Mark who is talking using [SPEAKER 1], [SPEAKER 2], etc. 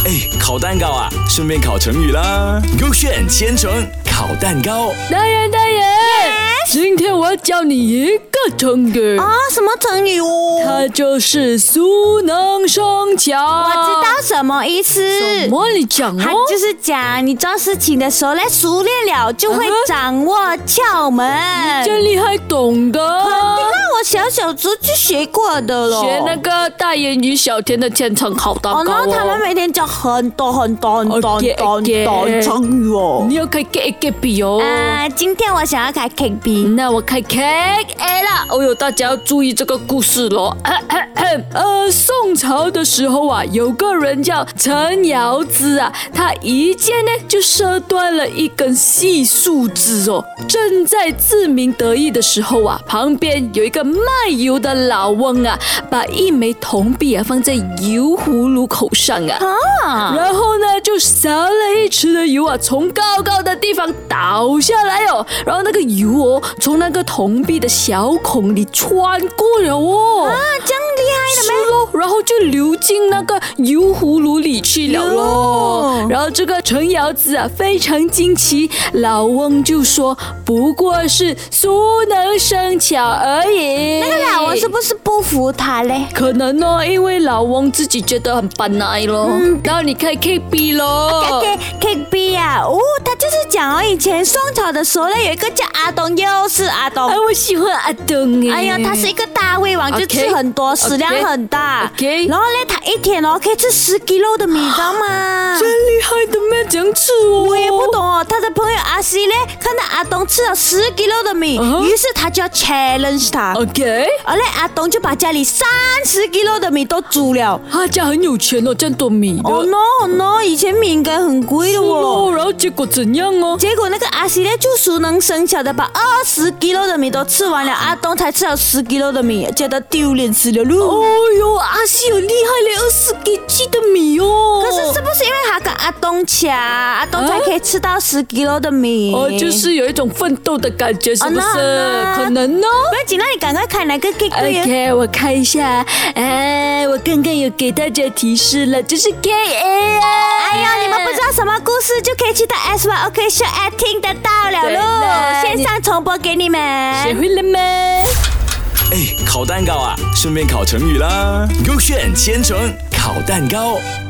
[SPEAKER 1] 烤蛋糕啊，顺便烤成语啦。勾选千层烤蛋糕。
[SPEAKER 2] 大人，今天我要教你一个成语
[SPEAKER 3] 啊，什么成语哦？
[SPEAKER 2] 它就是熟能生巧。
[SPEAKER 3] 我知道什么意思。
[SPEAKER 2] 什么？你讲哦。
[SPEAKER 3] 它就是讲你做事情的时候呢，熟练了就会掌握窍门。
[SPEAKER 2] 真厉害，懂的。
[SPEAKER 3] 我小时候就学过的了，
[SPEAKER 2] 学那个大言与小甜的千层烤蛋糕
[SPEAKER 3] 然后他们每天讲很多成语哦。
[SPEAKER 2] 你要开 K 笔哦。
[SPEAKER 3] 今天我想要开 K B，
[SPEAKER 2] 那我开 K A 啦。哦哟，大家要注意这个故事咯。宋朝的时候啊，有个人叫陈尧咨啊，他一箭呢就射断了一根细树枝哦。正在自鸣得意的时候啊，旁边有一个卖油的老翁啊，把一枚铜币啊放在油葫芦口上啊，然后呢就撒了一池的油啊，从高高的地方倒下来哦，然后那个油哦从那个铜币的小孔里穿过了哦，
[SPEAKER 3] 这样厉害的
[SPEAKER 2] 吗？是咯，然后就流进那个油葫芦里去了咯。然后这个陈尧咨啊非常惊奇，老翁就说不过是熟能生巧而已。
[SPEAKER 3] 那个老翁是不是不服他嘞？
[SPEAKER 2] 可能哦，因为老翁自己觉得很笨耐咯。然后你开 KB 咯。
[SPEAKER 3] KB 啊，他就是讲以前宋朝的时候呢，有一个叫阿东，又是阿东。
[SPEAKER 2] 我喜欢阿东耶。
[SPEAKER 3] 哎呀，他是一个大胃王，就吃很多，食量很大。然后呢，他一天可以吃10 kg 的米，知道吗？
[SPEAKER 2] 真厉害的咩？这样吃哦。
[SPEAKER 3] 我也不懂哦。他的朋友阿西呢，看到阿东吃了10 kg 的米，于是他就要 challenge 他。而嘞，阿东就把家里30 kg 的米都煮了。
[SPEAKER 2] 他家很有钱哦，这样多米的。
[SPEAKER 3] no， 以前米应该很贵的哦。
[SPEAKER 2] 然后结果怎样哦？
[SPEAKER 3] 结果那个阿西呢，就熟能生巧的把20 kg 的米都吃完了，阿东才吃了10 kg 的米，觉得丢脸死了咯。
[SPEAKER 2] 哦哟，阿西有厉害了，20 kg 的米哦。
[SPEAKER 3] 可是不是因为他跟阿东抢，阿东才可以吃到10 kg 的米？
[SPEAKER 2] 就是有一种奋斗的感觉，是不是？可能哦。
[SPEAKER 3] 不要紧，那你赶快看哪个 K
[SPEAKER 2] OK， 我看一下。我刚刚有给大家提示了，就是 KA 啊。
[SPEAKER 3] 哎呦，你们不知道什么故事，就可以去到 SYOK Show App 听得到了咯。线上重播给你们。
[SPEAKER 2] 学会了吗？
[SPEAKER 1] 烤蛋糕啊，顺便烤成语啦。勾选千层烤蛋糕。